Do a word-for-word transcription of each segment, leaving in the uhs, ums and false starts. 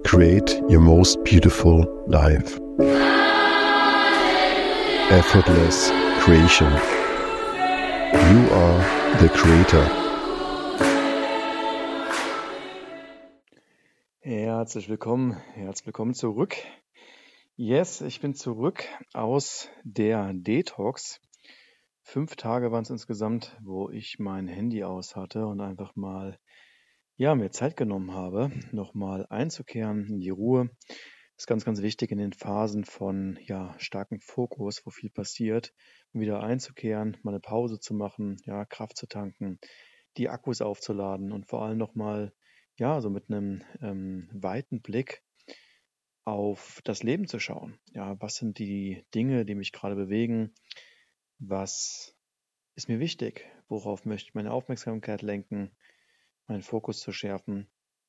create your most beautiful life. Effortless creation. You are the creator. Herzlich willkommen, herzlich willkommen zurück. Yes, ich bin zurück aus der Detox. Fünf Tage waren es insgesamt, wo ich mein Handy aus hatte und einfach mal, ja, mir Zeit genommen habe, nochmal einzukehren in die Ruhe. Das ist ganz, ganz wichtig in den Phasen von, ja, starkem Fokus, wo viel passiert, um wieder einzukehren, mal eine Pause zu machen, ja, Kraft zu tanken, die Akkus aufzuladen und vor allem nochmal, ja, so mit einem ähm, weiten Blick auf das Leben zu schauen. Ja, was sind die Dinge, die mich gerade bewegen? Was ist mir wichtig? Worauf möchte ich meine Aufmerksamkeit lenken? Meinen Fokus zu schärfen?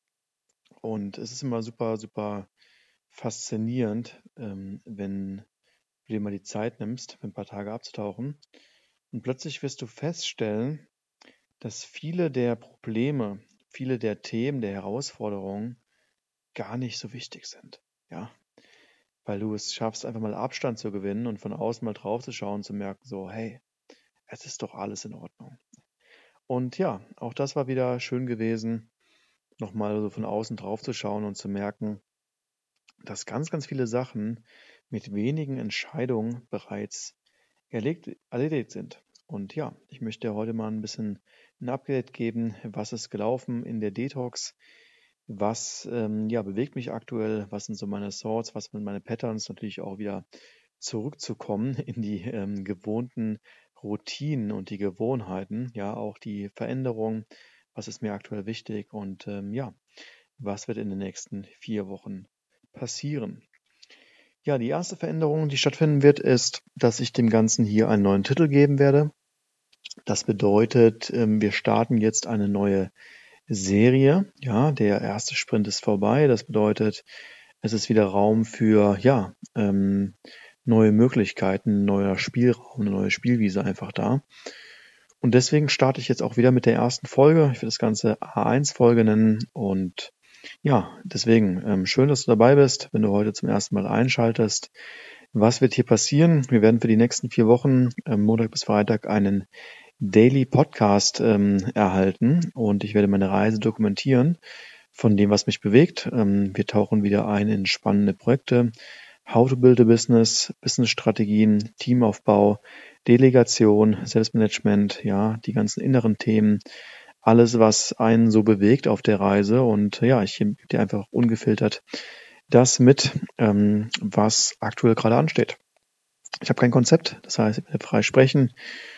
Und es ist immer super, super faszinierend, ähm, wenn du dir mal die Zeit nimmst, für ein paar Tage abzutauchen. Und plötzlich wirst du feststellen, dass viele der Probleme, viele der Themen, der Herausforderungen gar nicht so wichtig sind. Ja, weil du es schaffst, einfach mal Abstand zu gewinnen und von außen mal drauf zu schauen, zu merken, so, hey, es ist doch alles in Ordnung. Und ja, auch das war wieder schön gewesen, nochmal so von außen drauf zu schauen und zu merken, dass ganz, ganz viele Sachen mit wenigen Entscheidungen bereits erlegt, erledigt sind. Und ja, ich möchte dir heute mal ein bisschen ein Update geben, was ist gelaufen in der Detox, was ähm, ja, bewegt mich aktuell, was sind so meine Thoughts, was sind meine Patterns, natürlich auch wieder zurückzukommen in die ähm, gewohnten Routinen und die Gewohnheiten, ja, auch die Veränderung, was ist mir aktuell wichtig und ähm, ja, was wird in den nächsten vier Wochen passieren. Ja, die erste Veränderung, die stattfinden wird, ist, dass ich dem Ganzen hier einen neuen Titel geben werde. Das bedeutet, ähm, wir starten jetzt eine neue Serie. Ja, der erste Sprint ist vorbei. Das bedeutet, es ist wieder Raum für, ja, ähm, neue Möglichkeiten, neuer Spielraum, eine neue Spielwiese einfach da. Und deswegen starte ich jetzt auch wieder mit der ersten Folge. Ich will das Ganze A eins Folge nennen und ja, deswegen ähm, schön, dass du dabei bist, wenn du heute zum ersten Mal einschaltest. Was wird hier passieren? Wir werden für die nächsten vier Wochen, ähm, Montag bis Freitag, einen Daily Podcast ähm, erhalten und ich werde meine Reise dokumentieren von dem, was mich bewegt. Ähm, wir tauchen wieder ein in spannende Projekte. How to build a business, Business-Strategien, Teamaufbau, Delegation, Selbstmanagement, ja, die ganzen inneren Themen, alles, was einen so bewegt auf der Reise. Und ja, ich gebe dir einfach ungefiltert das mit, ähm, was aktuell gerade ansteht. Ich habe kein Konzept, das heißt, ich werde frei sprechen.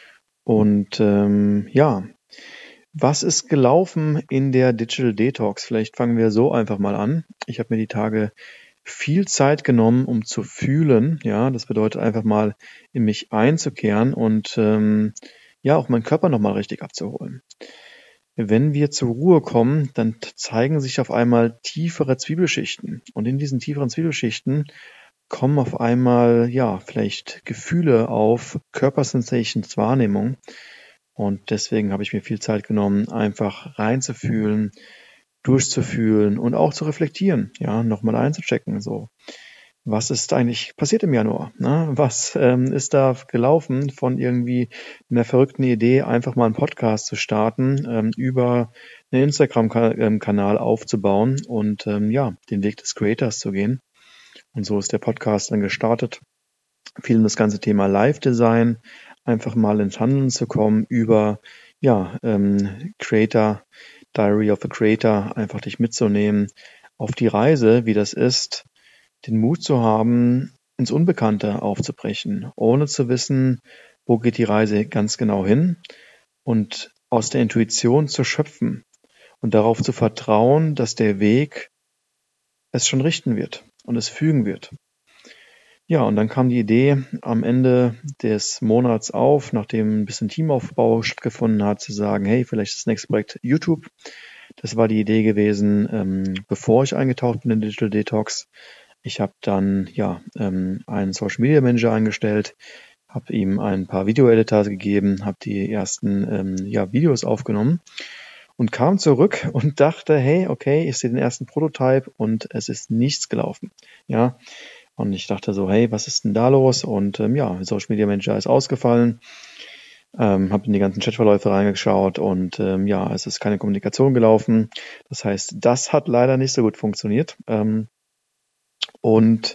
Und ähm, ja, was ist gelaufen in der Digital Detox? Vielleicht fangen wir so einfach mal an. Ich habe mir die Tage viel Zeit genommen, um zu fühlen. Ja, das bedeutet einfach mal in mich einzukehren und ähm, ja, auch meinen Körper nochmal richtig abzuholen. Wenn wir zur Ruhe kommen, dann zeigen sich auf einmal tiefere Zwiebelschichten. Und in diesen tieferen Zwiebelschichten kommen auf einmal, ja, vielleicht Gefühle auf, Körpersensations, Wahrnehmung. Und deswegen habe ich mir viel Zeit genommen, einfach reinzufühlen, durchzufühlen und auch zu reflektieren, ja, nochmal einzuchecken, so. Was ist eigentlich passiert im Januar? Ne? Was ähm, ist da gelaufen von irgendwie einer verrückten Idee, einfach mal einen Podcast zu starten, ähm, über einen Instagram-Kanal aufzubauen und ähm, ja, den Weg des Creators zu gehen. Und so ist der Podcast dann gestartet. Viel um das ganze Thema Live-Design, einfach mal ins Handeln zu kommen über ja, ähm, Creator, Diary of a Creator, einfach dich mitzunehmen auf die Reise, wie das ist, den Mut zu haben, ins Unbekannte aufzubrechen, ohne zu wissen, wo geht die Reise ganz genau hin und aus der Intuition zu schöpfen und darauf zu vertrauen, dass der Weg es schon richten wird und es fügen wird. Ja, und dann kam die Idee am Ende des Monats auf, nachdem ein bisschen Teamaufbau stattgefunden hat, zu sagen, hey, vielleicht ist das nächste Projekt YouTube. Das war die Idee gewesen, ähm, bevor ich eingetaucht bin in Digital Detox. Ich habe dann ja ähm, einen Social Media Manager eingestellt, habe ihm ein paar Video-Editors gegeben, habe die ersten ähm, ja, Videos aufgenommen und kam zurück und dachte, hey, okay, ich sehe den ersten Prototype und es ist nichts gelaufen. Ja, und ich dachte so, hey, was ist denn da los? Und ähm, ja, Social Media Manager ist ausgefallen. Ähm, habe in die ganzen Chatverläufe reingeschaut und ähm, ja, es ist keine Kommunikation gelaufen. Das heißt, das hat leider nicht so gut funktioniert. Ähm, und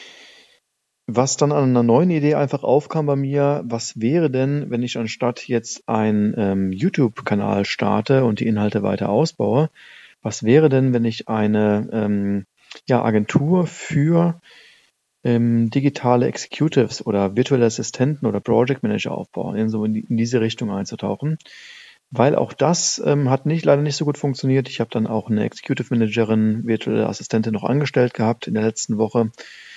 was dann an einer neuen Idee einfach aufkam bei mir, was wäre denn, wenn ich anstatt jetzt einen ähm, YouTube-Kanal starte und die Inhalte weiter ausbaue, was wäre denn, wenn ich eine ähm, ja, Agentur für ähm, digitale Executives oder virtuelle Assistenten oder Project Manager aufbaue, in, so in, die, in diese Richtung einzutauchen? Weil auch das ähm, hat nicht leider nicht so gut funktioniert. Ich habe dann auch eine Executive Managerin, virtuelle Assistentin noch angestellt gehabt in der letzten Woche.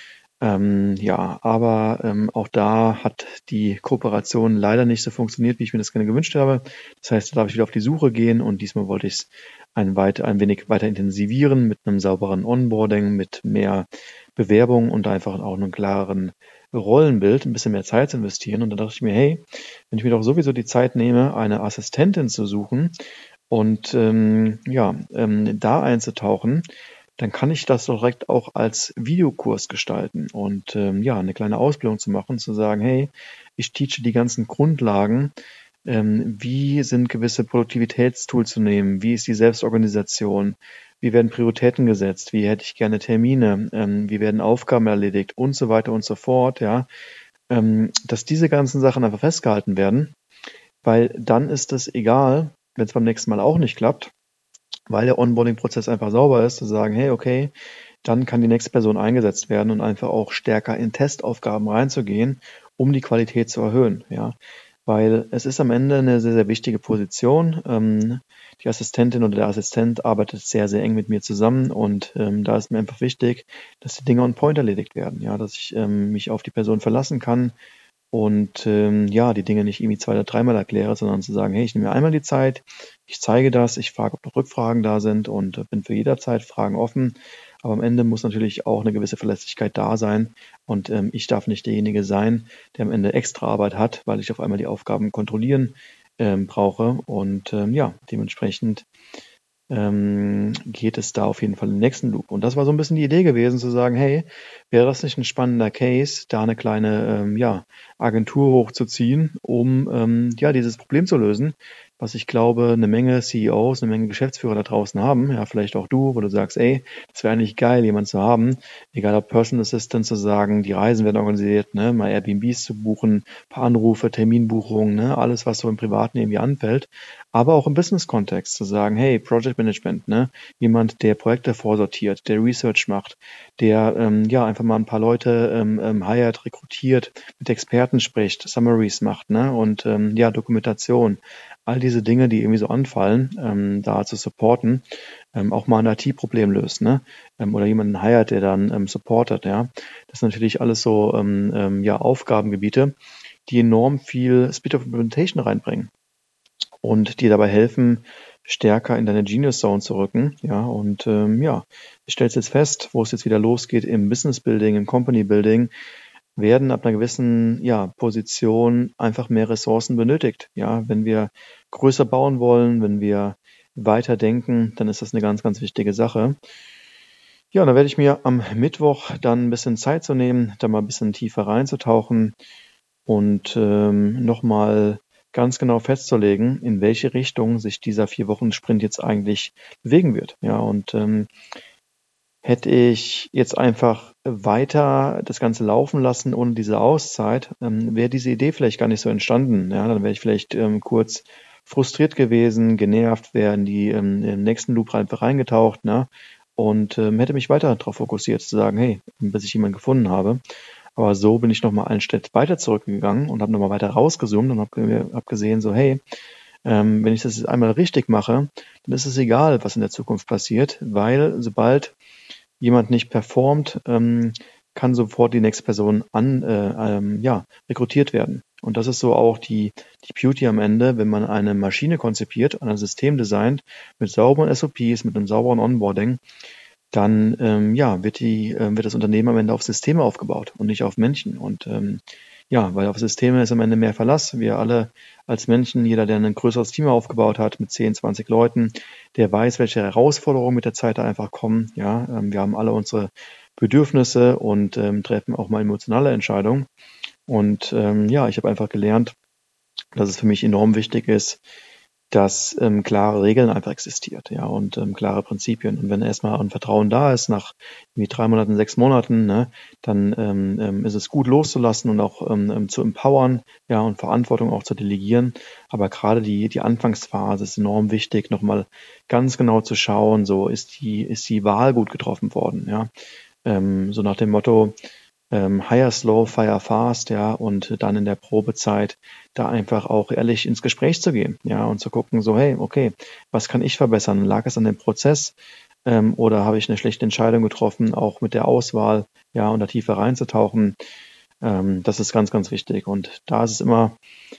Ähm, ja, aber ähm, auch da hat die Kooperation leider nicht so funktioniert, wie ich mir das gerne gewünscht habe. Das heißt, da darf ich wieder auf die Suche gehen und diesmal wollte ich es ein, weit, ein wenig weiter intensivieren mit einem sauberen Onboarding, mit mehr Bewerbung und einfach auch einem klareren Rollenbild, ein bisschen mehr Zeit zu investieren. Und da dachte ich mir, hey, wenn ich mir doch sowieso die Zeit nehme, eine Assistentin zu suchen und ähm, ja, ähm, da einzutauchen, dann kann ich das direkt auch als Videokurs gestalten und ähm, ja, eine kleine Ausbildung zu machen, zu sagen, hey, ich teache die ganzen Grundlagen, ähm, wie sind gewisse Produktivitätstools zu nehmen, wie ist die Selbstorganisation, wie werden Prioritäten gesetzt, wie hätte ich gerne Termine, ähm, wie werden Aufgaben erledigt und so weiter und so fort, ja, ähm, dass diese ganzen Sachen einfach festgehalten werden, weil dann ist es egal, wenn es beim nächsten Mal auch nicht klappt, weil der Onboarding-Prozess einfach sauber ist, zu sagen, hey, okay, dann kann die nächste Person eingesetzt werden und einfach auch stärker in Testaufgaben reinzugehen, um die Qualität zu erhöhen, ja. Weil es ist am Ende eine sehr, sehr wichtige Position. Ähm, die Assistentin oder der Assistent arbeitet sehr, sehr eng mit mir zusammen und ähm, da ist mir einfach wichtig, dass die Dinge on point erledigt werden, ja, dass ich ähm, mich auf die Person verlassen kann, und ähm, ja, die Dinge nicht irgendwie zwei oder dreimal erkläre, sondern zu sagen, hey, ich nehme mir einmal die Zeit, ich zeige das, ich frage, ob noch Rückfragen da sind und äh, bin für jederzeit Fragen offen. Aber am Ende muss natürlich auch eine gewisse Verlässlichkeit da sein und ähm, ich darf nicht derjenige sein, der am Ende extra Arbeit hat, weil ich auf einmal die Aufgaben kontrollieren ähm, brauche. Und ähm, ja, dementsprechend ähm, geht es da auf jeden Fall in den nächsten Loop. Und das war so ein bisschen die Idee gewesen, zu sagen, hey, wäre das nicht ein spannender Case, da eine kleine ähm, ja, Agentur hochzuziehen, um ähm, ja dieses Problem zu lösen, was ich glaube, eine Menge C E Os, eine Menge Geschäftsführer da draußen haben, ja, vielleicht auch du, wo du sagst, ey, das wäre eigentlich geil, jemanden zu haben, egal ob Personal Assistant zu sagen, die Reisen werden organisiert, ne, mal Airbnbs zu buchen, paar Anrufe, Terminbuchungen, ne, alles, was so im Privaten irgendwie anfällt, aber auch im Business-Kontext zu sagen, hey, Project Management, ne, jemand, der Projekte vorsortiert, der Research macht, der ähm, ja einfach mal ein paar Leute ähm, ähm, hired, rekrutiert, mit Experten spricht, Summaries macht, ne, und ähm, ja, Dokumentation, all diese Dinge, die irgendwie so anfallen, ähm, da zu supporten, ähm, auch mal ein I T-Problem löst, ne, ähm, oder jemanden hired, der dann ähm, supportet, ja, das sind natürlich alles so ähm, ähm, ja Aufgabengebiete, die enorm viel Speed of Implementation reinbringen und dir dabei helfen, stärker in deine Genius Zone zu rücken. Ja, und ähm, ja, ich stelle es jetzt fest, wo es jetzt wieder losgeht im Business Building, im Company Building, werden ab einer gewissen ja, Position einfach mehr Ressourcen benötigt. Ja, wenn wir größer bauen wollen, wenn wir weiter denken, dann ist das eine ganz, ganz wichtige Sache. Ja, und da werde ich mir am Mittwoch dann ein bisschen Zeit zu nehmen, da mal ein bisschen tiefer reinzutauchen und ähm, nochmal ganz genau festzulegen, in welche Richtung sich dieser Vier-Wochen-Sprint jetzt eigentlich bewegen wird. Ja, und ähm, hätte ich jetzt einfach weiter das Ganze laufen lassen ohne diese Auszeit, ähm, wäre diese Idee vielleicht gar nicht so entstanden. Ja, dann wäre ich vielleicht ähm, kurz frustriert gewesen, genervt, wäre in die ähm, im nächsten Loop einfach reingetaucht, ne? Und ähm, hätte mich weiter darauf fokussiert, zu sagen, hey, bis ich jemanden gefunden habe. Aber so bin ich nochmal einen Schritt weiter zurückgegangen und habe nochmal weiter rausgezoomt und habe hab gesehen, so hey, ähm, wenn ich das jetzt einmal richtig mache, dann ist es egal, was in der Zukunft passiert, weil sobald jemand nicht performt, ähm, kann sofort die nächste Person an, äh, ähm, ja, rekrutiert werden. Und das ist so auch die, die Beauty am Ende, wenn man eine Maschine konzipiert, ein System designt, mit sauberen S O Ps, mit einem sauberen Onboarding, dann ähm, ja, wird, die, äh, wird das Unternehmen am Ende auf Systeme aufgebaut und nicht auf Menschen. Und ähm, ja, weil auf Systeme ist am Ende mehr Verlass. Wir alle als Menschen, jeder, der ein größeres Team aufgebaut hat mit zehn, zwanzig Leuten, der weiß, welche Herausforderungen mit der Zeit da einfach kommen. Ja, ähm, wir haben alle unsere Bedürfnisse und ähm, treffen auch mal emotionale Entscheidungen. Und ähm, ja, ich habe einfach gelernt, dass es für mich enorm wichtig ist, dass ähm, klare Regeln einfach existiert, ja, und ähm, klare Prinzipien. Und wenn erstmal ein Vertrauen da ist, nach irgendwie drei Monaten, sechs Monaten, ne, dann ähm, ähm, ist es gut loszulassen und auch ähm, ähm, zu empowern, ja, und Verantwortung auch zu delegieren. Aber gerade die die Anfangsphase ist enorm wichtig, nochmal ganz genau zu schauen, so ist die ist die Wahl gut getroffen worden, ja. Ähm, so nach dem Motto, ähm, hire slow, fire fast, ja, und dann in der Probezeit da einfach auch ehrlich ins Gespräch zu gehen, ja, und zu gucken, so, hey, okay, was kann ich verbessern? Lag es an dem Prozess ähm, oder habe ich eine schlechte Entscheidung getroffen, auch mit der Auswahl, ja, und da tiefer reinzutauchen? Ähm, das ist ganz, ganz wichtig. Und da ist es immer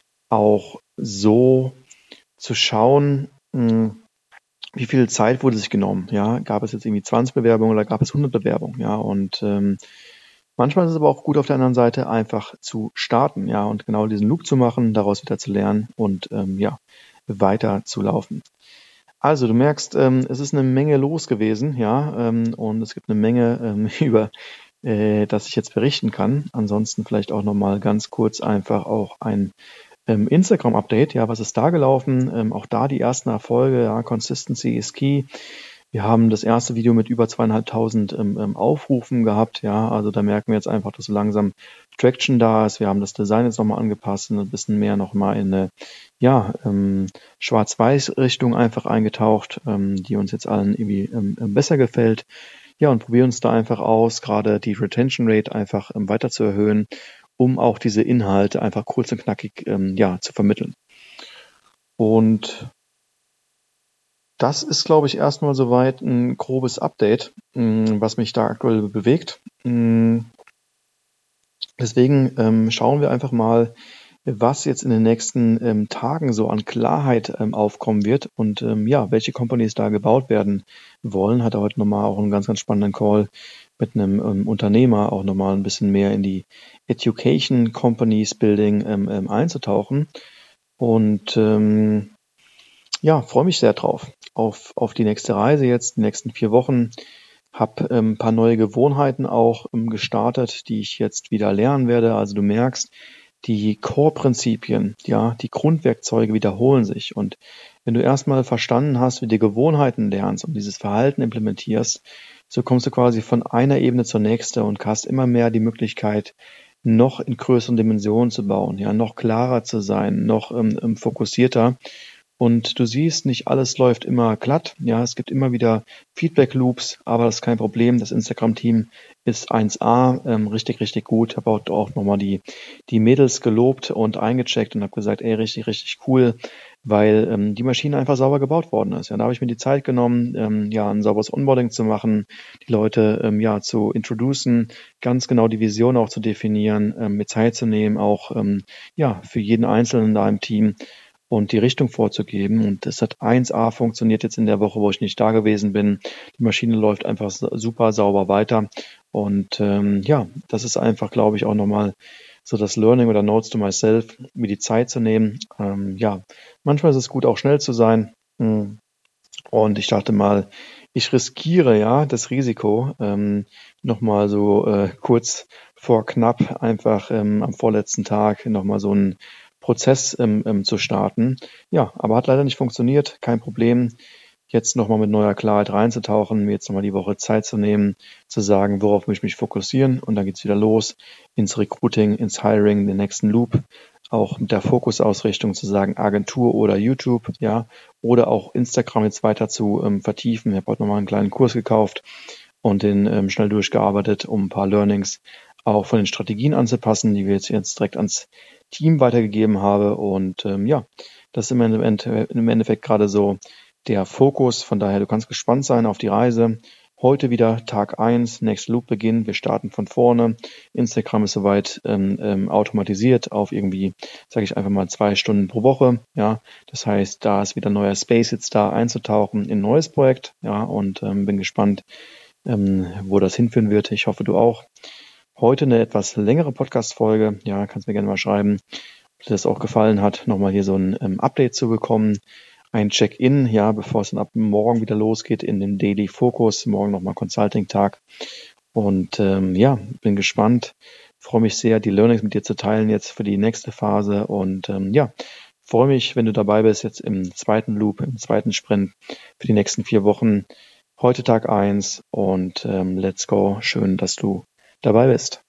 auch so zu schauen, mh, wie viel Zeit wurde sich genommen, ja, gab es jetzt irgendwie zwanzig Bewerbungen oder gab es hundert Bewerbungen, ja, und ähm, manchmal ist es aber auch gut, auf der anderen Seite einfach zu starten, ja, und genau diesen Loop zu machen, daraus wieder zu lernen und ähm, ja, weiter zu laufen. Also, du merkst, ähm, es ist eine Menge los gewesen, ja, ähm, und es gibt eine Menge, ähm, über äh, das ich jetzt berichten kann. Ansonsten vielleicht auch nochmal ganz kurz einfach auch ein ähm, Instagram-Update. Ja, was ist da gelaufen? Ähm, auch da die ersten Erfolge. Ja, Consistency is key. Wir haben das erste Video mit über zweieinhalbtausend ähm, ähm, Aufrufen gehabt. Ja, also da merken wir jetzt einfach, dass so langsam Traction da ist. Wir haben das Design jetzt nochmal angepasst und ein bisschen mehr nochmal in eine ja, ähm, Schwarz-Weiß-Richtung einfach eingetaucht, ähm, die uns jetzt allen irgendwie ähm, ähm, besser gefällt. Ja, und probieren uns da einfach aus, gerade die Retention Rate einfach ähm, weiter zu erhöhen, um auch diese Inhalte einfach kurz und knackig ähm, ja, zu vermitteln. Und das ist, glaube ich, erstmal soweit ein grobes Update, mh, was mich da aktuell bewegt. Mh, deswegen ähm, schauen wir einfach mal, was jetzt in den nächsten ähm, Tagen so an Klarheit ähm, aufkommen wird und ähm, ja, welche Companies da gebaut werden wollen. Hatte heute nochmal auch einen ganz, ganz spannenden Call mit einem ähm, Unternehmer, auch nochmal ein bisschen mehr in die Education Companies Building ähm, ähm, einzutauchen. Und ähm, ja, freue mich sehr drauf, auf, auf die nächste Reise jetzt, die nächsten vier Wochen. Hab ähm, ein paar neue Gewohnheiten auch ähm, gestartet, die ich jetzt wieder lernen werde. Also du merkst, die Core-Prinzipien, ja, die Grundwerkzeuge wiederholen sich. Und wenn du erstmal verstanden hast, wie du Gewohnheiten lernst und dieses Verhalten implementierst, so kommst du quasi von einer Ebene zur nächsten und hast immer mehr die Möglichkeit, noch in größeren Dimensionen zu bauen, ja, noch klarer zu sein, noch ähm, fokussierter. Und du siehst, nicht alles läuft immer glatt. Ja, es gibt immer wieder Feedback-Loops, aber das ist kein Problem. Das Instagram-Team ist eins A, ähm, richtig, richtig gut. Habe auch, auch nochmal die, die Mädels gelobt und eingecheckt und habe gesagt, ey, richtig, richtig cool, weil ähm, die Maschine einfach sauber gebaut worden ist. Ja, da habe ich mir die Zeit genommen, ähm, ja, ein sauberes Onboarding zu machen, die Leute ähm, ja zu introducen, ganz genau die Vision auch zu definieren, ähm, mir Zeit zu nehmen, auch ähm, ja für jeden Einzelnen da im Team und die Richtung vorzugeben. Und das hat eins A funktioniert jetzt in der Woche, wo ich nicht da gewesen bin. Die Maschine läuft einfach super sauber weiter. Und ähm, ja, das ist einfach, glaube ich, auch nochmal so das Learning oder Notes to myself, mir die Zeit zu nehmen. Ähm, ja, manchmal ist es gut, auch schnell zu sein. Und ich dachte mal, ich riskiere ja das Risiko, ähm, nochmal so äh, kurz vor knapp einfach ähm, am vorletzten Tag nochmal so ein Prozess ähm, ähm, zu starten. Ja, aber hat leider nicht funktioniert. Kein Problem. Jetzt nochmal mit neuer Klarheit reinzutauchen, mir jetzt nochmal die Woche Zeit zu nehmen, zu sagen, worauf möchte ich mich fokussieren. Und dann geht's wieder los ins Recruiting, ins Hiring, den nächsten Loop. Auch mit der Fokusausrichtung zu sagen, Agentur oder YouTube, ja, oder auch Instagram jetzt weiter zu ähm, vertiefen. Ich habe heute nochmal einen kleinen Kurs gekauft und den ähm, schnell durchgearbeitet, um ein paar Learnings auch von den Strategien anzupassen, die wir jetzt, jetzt direkt ans Team weitergegeben habe. Und ähm, ja, das ist im Endeffekt, im Endeffekt gerade so der Fokus. Von daher, du kannst gespannt sein auf die Reise. Heute wieder Tag eins, Next Loop Beginn. Wir starten von vorne. Instagram ist soweit ähm, ähm, automatisiert auf irgendwie, sage ich einfach mal, zwei Stunden pro Woche. Ja, das heißt, da ist wieder neuer Space jetzt da einzutauchen in ein neues Projekt. Ja, und ähm, bin gespannt, ähm, wo das hinführen wird. Ich hoffe, du auch. Heute eine etwas längere Podcast-Folge. Ja, kannst mir gerne mal schreiben, ob dir das auch gefallen hat, nochmal hier so ein ähm, Update zu bekommen. Ein Check-in, ja, bevor es dann ab morgen wieder losgeht in den Daily Focus. Morgen nochmal Consulting-Tag. Und ähm, ja, bin gespannt. Freue mich sehr, die Learnings mit dir zu teilen jetzt für die nächste Phase. Und ähm, ja, freue mich, wenn du dabei bist jetzt im zweiten Loop, im zweiten Sprint für die nächsten vier Wochen. Heute Tag eins und ähm, let's go. Schön, dass du dabei bist.